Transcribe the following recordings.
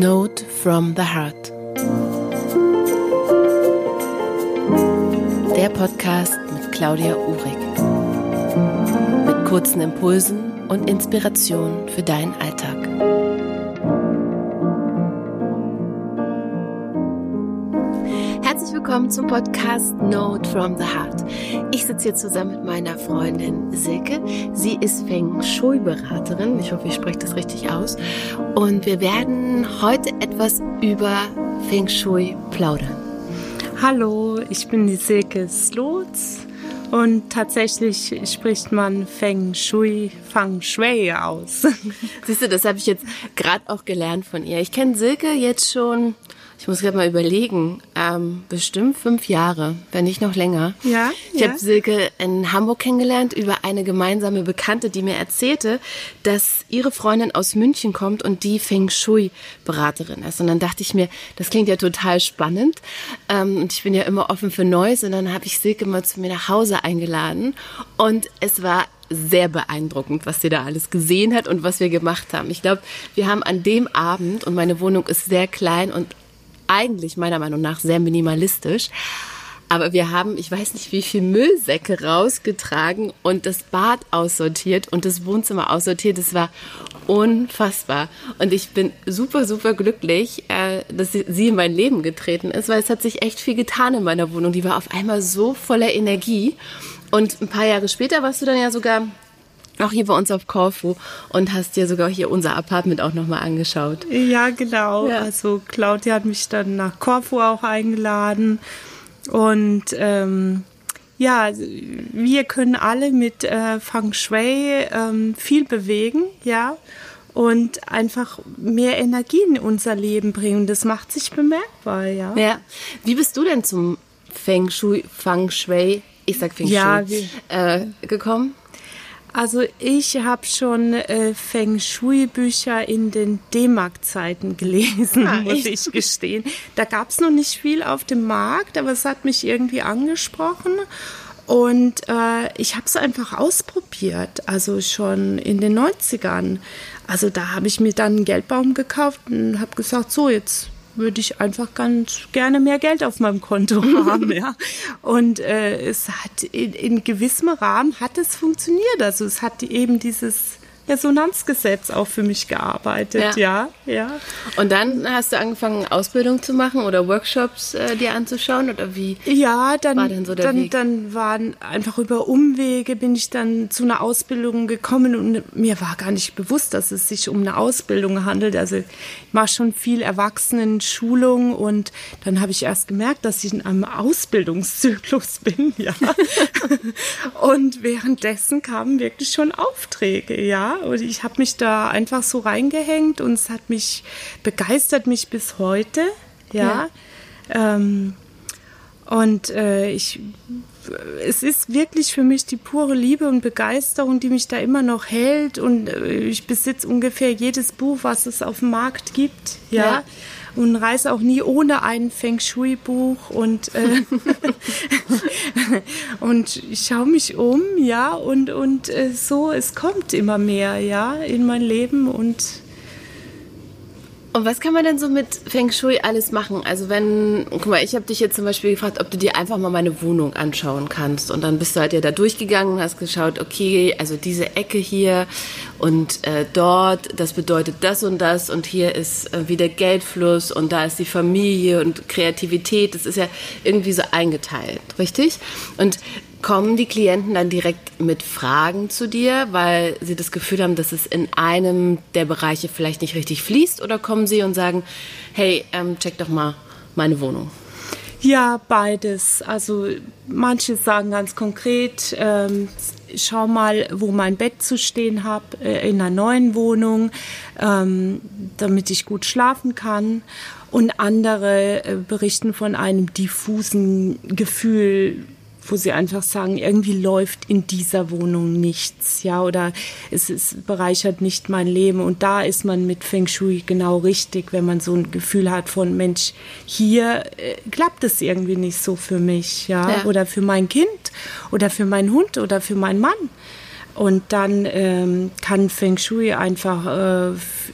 Note from the Heart. Der Podcast mit Claudia Uhrig. Mit kurzen Impulsen und Inspirationen für deinen Alltag. Herzlich willkommen zum Podcast Note from the Heart. Ich sitze hier zusammen mit meiner Freundin Silke. Sie ist Feng Shui-Beraterin. Ich hoffe, ich spreche das richtig aus. Und wir werden heute etwas über Feng Shui plaudern. Hallo, ich bin die Silke Slotz und tatsächlich spricht man Feng Shui aus. Siehst du, das habe ich jetzt gerade auch gelernt von ihr. Ich kenne Silke jetzt schon, ich muss gerade mal überlegen, bestimmt 5 Jahre, wenn nicht noch länger. Ja. Ich habe Silke in Hamburg kennengelernt über eine gemeinsame Bekannte, die mir erzählte, dass ihre Freundin aus München kommt und die Feng Shui-Beraterin ist. Und dann dachte ich mir, das klingt ja total spannend. Und ich bin ja immer offen für Neues. Und dann habe ich Silke mal zu mir nach Hause eingeladen. Und es war sehr beeindruckend, was sie da alles gesehen hat und was wir gemacht haben. Ich glaube, wir haben an dem Abend, und meine Wohnung ist sehr klein und eigentlich meiner Meinung nach sehr minimalistisch, aber wir haben, ich weiß nicht wie viel Müllsäcke rausgetragen und das Bad aussortiert und das Wohnzimmer aussortiert. Das war unfassbar. Und ich bin super, super glücklich, dass sie in mein Leben getreten ist, weil es hat sich echt viel getan in meiner Wohnung. Die war auf einmal so voller Energie. Und ein paar Jahre später warst du dann ja sogar auch hier bei uns auf Korfu und hast dir sogar hier unser Apartment auch nochmal angeschaut. Ja, genau. Ja. Also Claudia hat mich dann nach Korfu auch eingeladen. Und wir können alle mit Feng Shui viel bewegen, ja. Und einfach mehr Energie in unser Leben bringen. Das macht sich bemerkbar, ja. Ja. Wie bist du denn zum Feng Shui, ich sag Feng Shui, gekommen? Also ich habe schon Feng Shui-Bücher in den D-Mark-Zeiten gelesen, muss ich gestehen. Da gab es noch nicht viel auf dem Markt, aber es hat mich irgendwie angesprochen. Und ich habe es einfach ausprobiert, also schon in den 90ern. Also da habe ich mir dann einen Geldbaum gekauft und habe gesagt, so jetzt würde ich einfach ganz gerne mehr Geld auf meinem Konto haben, ja. Und es hat in gewissem Rahmen hat es funktioniert. Also es hat eben dieses Resonanzgesetz auch für mich gearbeitet, ja. Und dann hast du angefangen, Ausbildung zu machen oder Workshops dir anzuschauen oder wie? Ja, dann war denn so der Weg? Dann waren einfach über Umwege bin ich dann zu einer Ausbildung gekommen und mir war gar nicht bewusst, dass es sich um eine Ausbildung handelt. Also ich mache schon viel Erwachsenen-Schulung und dann habe ich erst gemerkt, dass ich in einem Ausbildungszyklus bin, ja. Und währenddessen kamen wirklich schon Aufträge, ja. Und ich habe mich da einfach so reingehängt und es hat mich begeistert, mich bis heute, ja. Es ist wirklich für mich die pure Liebe und Begeisterung, die mich da immer noch hält und ich besitze ungefähr jedes Buch, was es auf dem Markt gibt, ja. Und reise auch nie ohne ein Feng Shui-Buch und und ich schaue mich um, ja, und so, es kommt immer mehr, ja, in mein Leben und was kann man denn so mit Feng Shui alles machen? Also guck mal, ich habe dich jetzt zum Beispiel gefragt, ob du dir einfach mal meine Wohnung anschauen kannst. Und dann bist du halt ja da durchgegangen und hast geschaut, okay, also diese Ecke hier und dort, das bedeutet das und hier ist wieder Geldfluss und da ist die Familie und Kreativität. Das ist ja irgendwie so eingeteilt, richtig? Und kommen die Klienten dann direkt mit Fragen zu dir, weil sie das Gefühl haben, dass es in einem der Bereiche vielleicht nicht richtig fließt? Oder kommen sie und sagen, hey, check doch mal meine Wohnung? Ja, beides. Also manche sagen ganz konkret, schau mal, wo mein Bett zu stehen habe in einer neuen Wohnung, damit ich gut schlafen kann. Und andere berichten von einem diffusen Gefühl, wo sie einfach sagen, irgendwie läuft in dieser Wohnung nichts, ja, oder es bereichert nicht mein Leben. Und da ist man mit Feng Shui genau richtig, wenn man so ein Gefühl hat von, Mensch, hier klappt es irgendwie nicht so für mich, ja, oder für mein Kind oder für meinen Hund oder für meinen Mann. Und dann kann Feng Shui einfach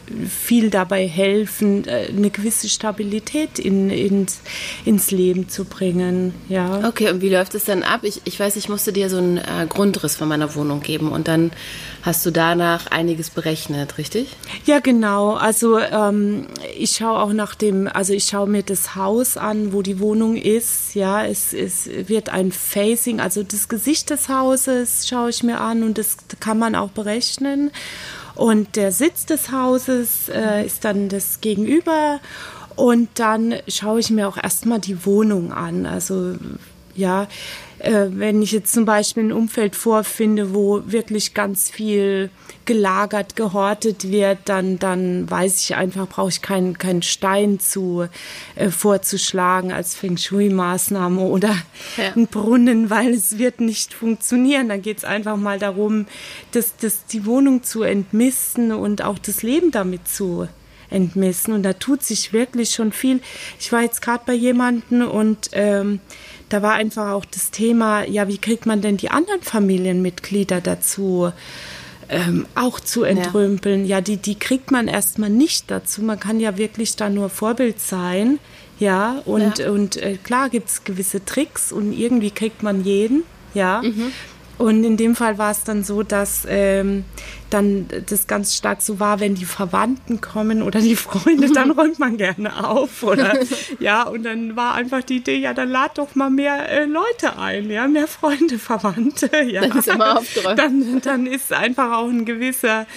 viel dabei helfen, eine gewisse Stabilität ins Leben zu bringen. Ja. Okay, und wie läuft es dann ab? Ich weiß, ich musste dir so einen Grundriss von meiner Wohnung geben und dann hast du danach einiges berechnet, richtig? Ja, genau. Also ich schaue auch ich schaue mir das Haus an, wo die Wohnung ist. Ja, es wird ein Facing, also das Gesicht des Hauses schaue ich mir an und das kann man auch berechnen. Und der Sitz des Hauses ist dann das Gegenüber. Und dann schaue ich mir auch erstmal die Wohnung an. Also ja, wenn ich jetzt zum Beispiel ein Umfeld vorfinde, wo wirklich ganz viel gelagert, gehortet wird, dann weiß ich einfach, brauche ich keinen Stein vorzuschlagen als Feng Shui-Maßnahme oder einen Brunnen, weil es wird nicht funktionieren. Dann geht es einfach mal darum, die Wohnung zu entmisten und auch das Leben damit zu entmisten. Und da tut sich wirklich schon viel. Ich war jetzt gerade bei jemandem und da war einfach auch das Thema, ja, wie kriegt man denn die anderen Familienmitglieder dazu, auch zu entrümpeln? Ja, die kriegt man erstmal nicht dazu. Man kann ja wirklich da nur Vorbild sein. Ja, und klar gibt es gewisse Tricks und irgendwie kriegt man jeden. Ja. Mhm. Und in dem Fall war es dann so, dass dann das ganz stark so war, wenn die Verwandten kommen oder die Freunde, dann räumt man gerne auf. Oder ja, und dann war einfach die Idee, ja, dann lad doch mal mehr Leute ein, ja, mehr Freunde, Verwandte. Ja. Dann ist immer aufgeräumt. Dann ist einfach auch ein gewisser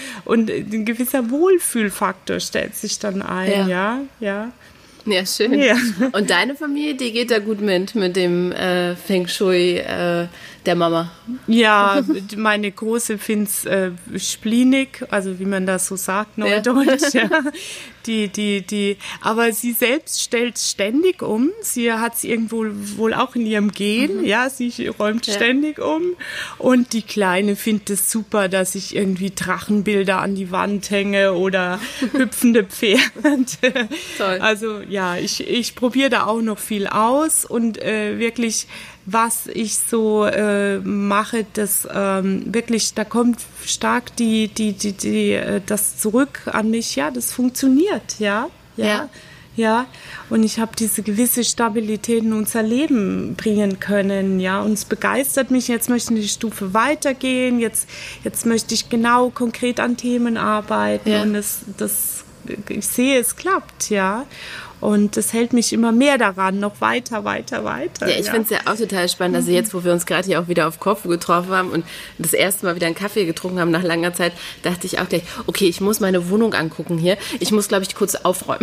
Wohlfühlfaktor stellt sich dann ein, ja. Ja, schön. Ja. Und deine Familie, die geht da gut mit dem Feng Shui der Mama? Ja, meine Große findet es spleenig, also wie man das so sagt, neudeutsch. Ja. Aber sie selbst stellt ständig um. Sie hat es irgendwo wohl auch in ihrem Gen. Ja, sie räumt ständig um. Und die Kleine findet es super, dass ich irgendwie Drachenbilder an die Wand hänge oder hüpfende Pferde. Toll. Also ja, ich probiere da auch noch viel aus und wirklich, was ich so mache, das wirklich, da kommt stark das zurück an mich. Ja, das funktioniert. Ja. Und ich habe diese gewisse Stabilität in unser Leben bringen können. Ja, und es begeistert mich. Jetzt möchte ich die Stufe weitergehen. Jetzt möchte ich genau konkret an Themen arbeiten. Ja. Und ich sehe, es klappt. Ja. Und das hält mich immer mehr daran, noch weiter. Ja, ich finde es ja auch total spannend. Also jetzt, wo wir uns gerade hier auch wieder auf Korfu getroffen haben und das erste Mal wieder einen Kaffee getrunken haben nach langer Zeit, dachte ich auch gleich, okay, ich muss meine Wohnung angucken hier. Ich muss, glaube ich, kurz aufräumen.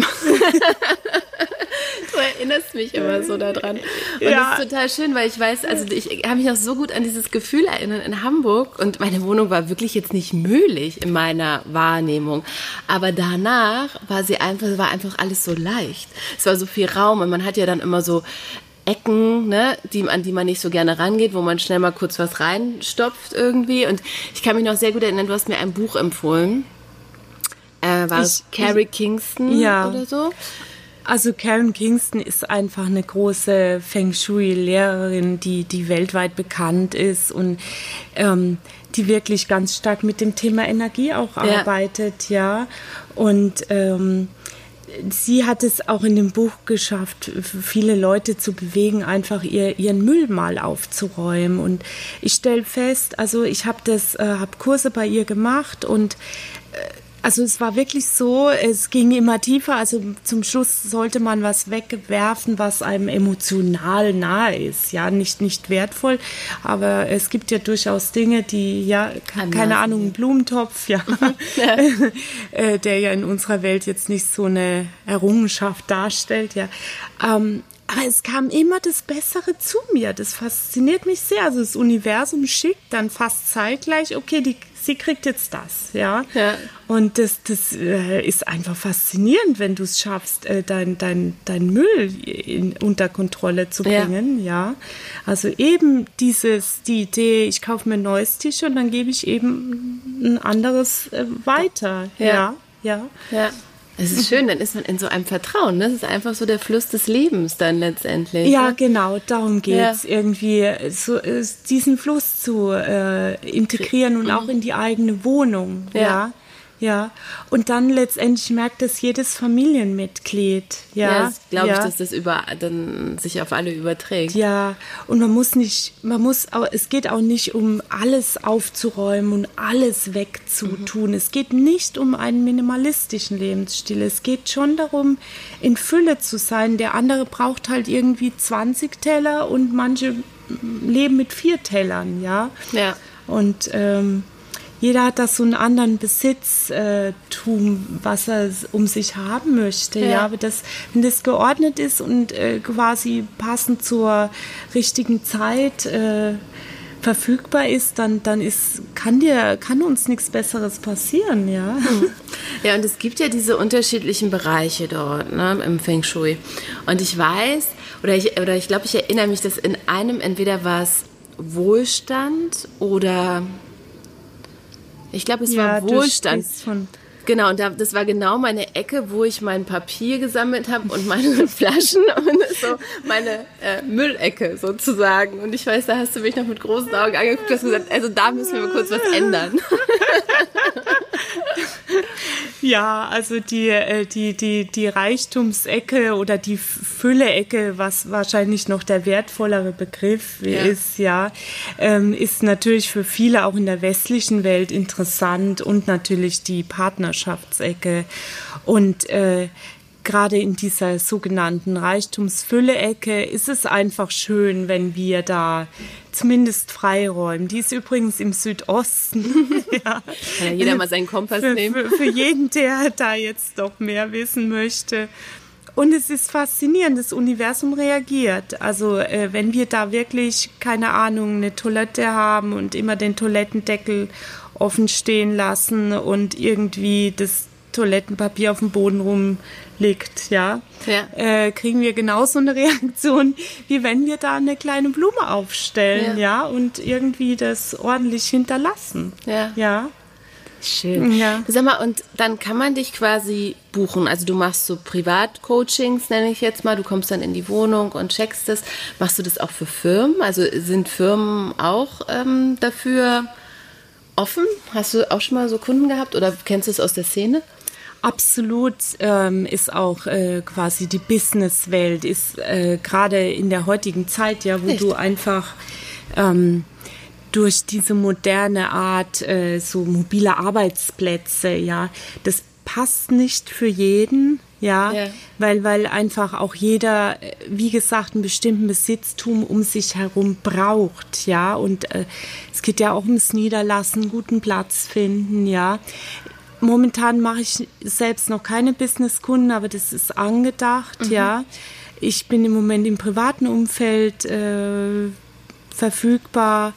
Du erinnerst mich immer so daran. Und das ist total schön, weil ich weiß, also ich kann mich noch so gut an dieses Gefühl erinnern in Hamburg und meine Wohnung war wirklich jetzt nicht mühlich in meiner Wahrnehmung. Aber danach war einfach alles so leicht. Es war so viel Raum und man hat ja dann immer so Ecken, ne, an die man nicht so gerne rangeht, wo man schnell mal kurz was reinstopft irgendwie. Und ich kann mich noch sehr gut erinnern, du hast mir ein Buch empfohlen. War es Carrie Kingston oder so? Also Karen Kingston ist einfach eine große Feng Shui-Lehrerin, die weltweit bekannt ist und die wirklich ganz stark mit dem Thema Energie auch arbeitet, ja. Und sie hat es auch in dem Buch geschafft, viele Leute zu bewegen, einfach ihren Müll mal aufzuräumen. Und ich stelle fest, also ich habe Kurse bei ihr gemacht und also es war wirklich so, es ging immer tiefer, also zum Schluss sollte man was wegwerfen, was einem emotional nahe ist, ja, nicht wertvoll, aber es gibt ja durchaus Dinge, die, keine Ahnung, ein Blumentopf, der ja in unserer Welt jetzt nicht so eine Errungenschaft darstellt, aber es kam immer das Bessere zu mir, das fasziniert mich sehr, also das Universum schickt dann fast zeitgleich, okay, sie kriegt jetzt das, ja. Und das ist einfach faszinierend, wenn du es schaffst, dein Müll unter Kontrolle zu bringen, ja. Also eben die Idee, ich kaufe mir ein neues T-Shirt und dann gebe ich eben ein anderes weiter, ja. Es ist schön, dann ist man in so einem Vertrauen. Das ist einfach so der Fluss des Lebens dann letztendlich. Ja, genau, darum geht es irgendwie, so, diesen Fluss zu integrieren und auch in die eigene Wohnung. Ja, und dann letztendlich merkt das jedes Familienmitglied. Ja, das glaube ich, dass das dann sich auf alle überträgt. Ja, und es geht auch nicht um alles aufzuräumen und alles wegzutun. Es geht nicht um einen minimalistischen Lebensstil. Es geht schon darum, in Fülle zu sein. Der andere braucht halt irgendwie 20 Teller und manche leben mit 4 Tellern, ja. Ja. Und jeder hat da so einen anderen Besitztum, was er um sich haben möchte. Ja. Aber wenn das geordnet ist und quasi passend zur richtigen Zeit verfügbar ist, dann kann uns nichts Besseres passieren. Ja. Ja, und es gibt ja diese unterschiedlichen Bereiche dort, ne, im Feng Shui. Und ich weiß, ich glaube, ich erinnere mich, dass in einem entweder war es Wohlstand oder ich glaube, es war Wohlstand. Genau, und das war genau meine Ecke, wo ich mein Papier gesammelt habe und meine Flaschen und so meine Müllecke sozusagen. Und ich weiß, da hast du mich noch mit großen Augen angeguckt und hast gesagt, also da müssen wir mal kurz was ändern. Ja, also die Reichtumsecke oder die Fülleecke, was wahrscheinlich noch der wertvollere Begriff ist, ist natürlich für viele auch in der westlichen Welt interessant und natürlich die Partnerschaftsecke. Und gerade in dieser sogenannten Reichtumsfülle-Ecke ist es einfach schön, wenn wir da zumindest freiräumen. Die ist übrigens im Südosten. Ja. Kann ja jeder mal seinen Kompass nehmen. Für jeden, der da jetzt doch mehr wissen möchte. Und es ist faszinierend, das Universum reagiert. Also wenn wir da wirklich, keine Ahnung, eine Toilette haben und immer den Toilettendeckel offen stehen lassen und irgendwie das Toilettenpapier auf dem Boden rumliegt, kriegen wir genauso eine Reaktion, wie wenn wir da eine kleine Blume aufstellen, und irgendwie das ordentlich hinterlassen. Ja. Schön. Ja. Sag mal, und dann kann man dich quasi buchen. Also du machst so Privatcoachings, nenne ich jetzt mal. Du kommst dann in die Wohnung und checkst das. Machst du das auch für Firmen? Also sind Firmen auch dafür offen? Hast du auch schon mal so Kunden gehabt oder kennst du es aus der Szene? Absolut ist auch quasi die Businesswelt, ist gerade in der heutigen Zeit, wo du einfach durch diese moderne Art, so mobile Arbeitsplätze, das passt nicht für jeden, weil einfach auch jeder, wie gesagt, einen bestimmten Besitztum um sich herum braucht, und es geht ja auch ums Niederlassen, guten Platz finden, Momentan mache ich selbst noch keine Businesskunden, aber das ist angedacht, Ich bin im Moment im privaten Umfeld verfügbar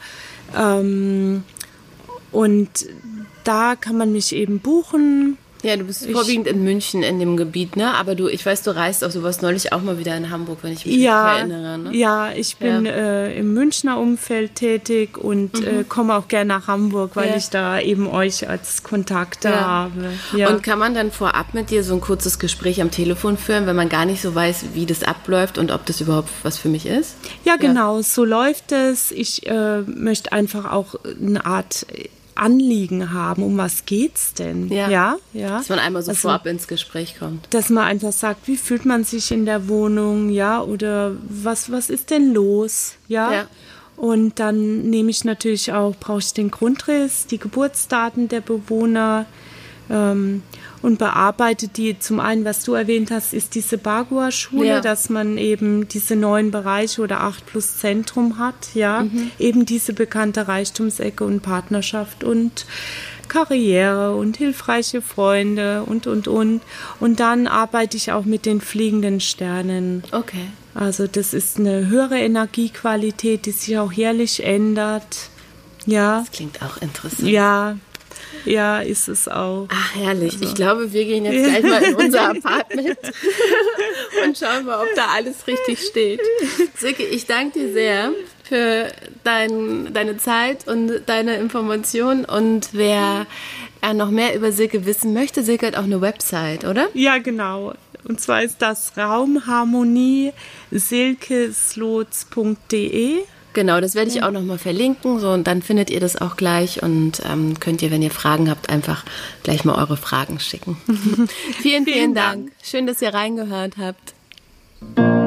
und da kann man mich eben buchen. Ja, du bist vorwiegend in München in dem Gebiet, ne? Aber ich weiß, du reist auch sowas neulich auch mal wieder in Hamburg, wenn ich mich richtig erinnere, ne? Ja, ich bin im Münchner Umfeld tätig und komme auch gerne nach Hamburg, weil ich da eben euch als Kontakte habe. Ja. Und kann man dann vorab mit dir so ein kurzes Gespräch am Telefon führen, wenn man gar nicht so weiß, wie das abläuft und ob das überhaupt was für mich ist? Ja, genau, so läuft es. Ich möchte einfach auch eine Art Anliegen haben, um was geht's denn? Ja. Dass man einmal so vorab ins Gespräch kommt. Dass man einfach sagt, wie fühlt man sich in der Wohnung, oder was ist denn los? Ja. Und dann nehme ich natürlich auch, brauche ich den Grundriss, die Geburtsdaten der Bewohner und bearbeite die. Zum einen, was du erwähnt hast, ist diese Bagua-Schule, dass man eben diese 9 Bereiche oder 8 plus Zentrum hat, eben diese bekannte Reichtumsecke und Partnerschaft und Karriere und hilfreiche Freunde und. Und dann arbeite ich auch mit den fliegenden Sternen. Okay. Also das ist eine höhere Energiequalität, die sich auch jährlich ändert. Ja. Das klingt auch interessant. Ja, ist es auch. Ach, herrlich. Also. Ich glaube, wir gehen jetzt gleich mal in unser Apartment und schauen mal, ob da alles richtig steht. Silke, ich danke dir sehr für deine Zeit und deine Informationen. Und wer noch mehr über Silke wissen möchte, Silke hat auch eine Website, oder? Ja, genau. Und zwar ist das Raumharmonie silkeslots.de. Genau, das werde ich auch nochmal verlinken, so, und dann findet ihr das auch gleich und könnt ihr, wenn ihr Fragen habt, einfach gleich mal eure Fragen schicken. Vielen Dank. Schön, dass ihr reingehört habt.